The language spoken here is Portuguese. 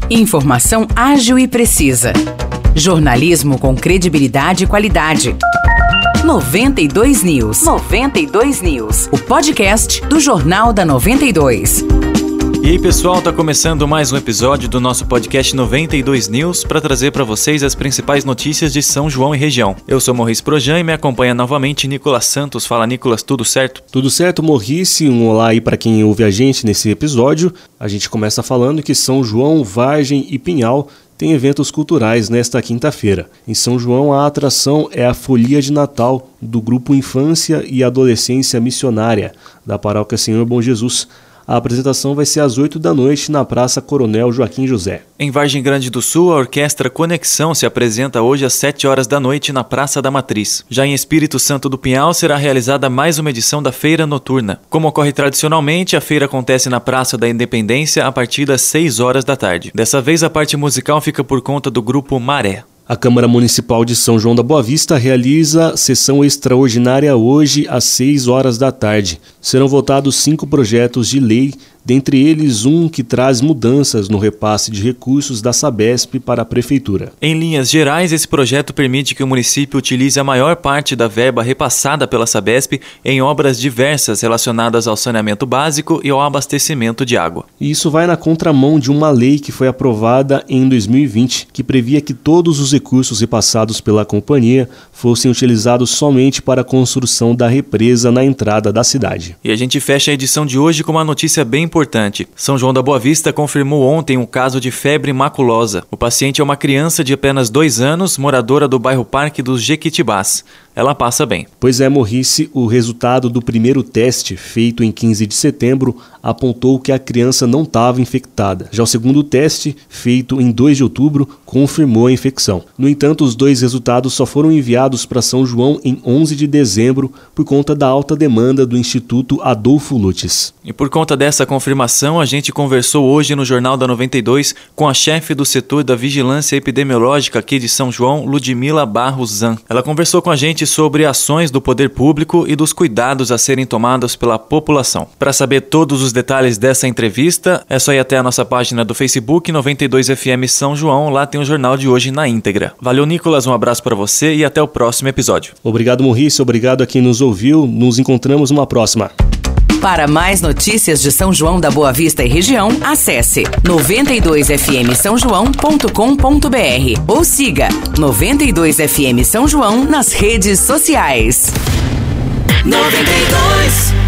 Informação ágil e precisa. Jornalismo com credibilidade e qualidade. 92 News. 92 News. O podcast do Jornal da 92. E aí pessoal, tá começando mais um episódio do nosso podcast 92 News para trazer para vocês as principais notícias de São João e região. Eu sou Morris Projan e me acompanha novamente Nicolas Santos. Fala Nicolas, tudo certo? Tudo certo, Morris. Um olá aí para quem ouve a gente nesse episódio. A gente começa falando que São João, Vargem e Pinhal tem eventos culturais nesta quinta-feira. Em São João, a atração é a Folia de Natal do Grupo Infância e Adolescência Missionária da Paróquia Senhor Bom Jesus. A apresentação vai ser às 8 da noite na Praça Coronel Joaquim José. Em Vargem Grande do Sul, a Orquestra Conexão se apresenta hoje às 7 horas da noite na Praça da Matriz. Já em Espírito Santo do Pinhal será realizada mais uma edição da Feira Noturna. Como ocorre tradicionalmente, a feira acontece na Praça da Independência a partir das 6 horas da tarde. Dessa vez a parte musical fica por conta do Grupo Maré. A Câmara Municipal de São João da Boa Vista realiza sessão extraordinária hoje às 6 horas da tarde. Serão votados 5 projetos de lei, dentre eles um que traz mudanças no repasse de recursos da Sabesp para a Prefeitura. Em linhas gerais, esse projeto permite que o município utilize a maior parte da verba repassada pela Sabesp em obras diversas relacionadas ao saneamento básico e ao abastecimento de água. E isso vai na contramão de uma lei que foi aprovada em 2020, que previa que todos os recursos repassados pela companhia fossem utilizados somente para a construção da represa na entrada da cidade. E a gente fecha a edição de hoje com uma notícia bem importante. São João da Boa Vista confirmou ontem um caso de febre maculosa. O paciente é uma criança de apenas 2 anos, moradora do bairro Parque dos Jequitibás. Ela passa bem. Pois é, Morrice, o resultado do primeiro teste, feito em 15 de setembro, apontou que a criança não estava infectada. Já o segundo teste, feito em 2 de outubro, confirmou a infecção. No entanto, os 2 resultados só foram enviados para São João em 11 de dezembro por conta da alta demanda do Instituto Adolfo Lutz. E por conta dessa confirmação, a gente conversou hoje no Jornal da 92 com a chefe do setor da Vigilância Epidemiológica aqui de São João, Ludmila Barros Zan. Ela conversou com a gente sobre ações do poder público e dos cuidados a serem tomados pela população. Para saber todos os detalhes dessa entrevista, é só ir até a nossa página do Facebook 92FM São João, lá tem o jornal de hoje na íntegra. Valeu, Nicolas, um abraço para você e até o próximo episódio. Obrigado, Morrice, obrigado a quem nos ouviu, nos encontramos numa próxima. Para mais notícias de São João da Boa Vista e região, acesse 92fmsaojão.com.br ou siga 92FM São João nas redes sociais. 92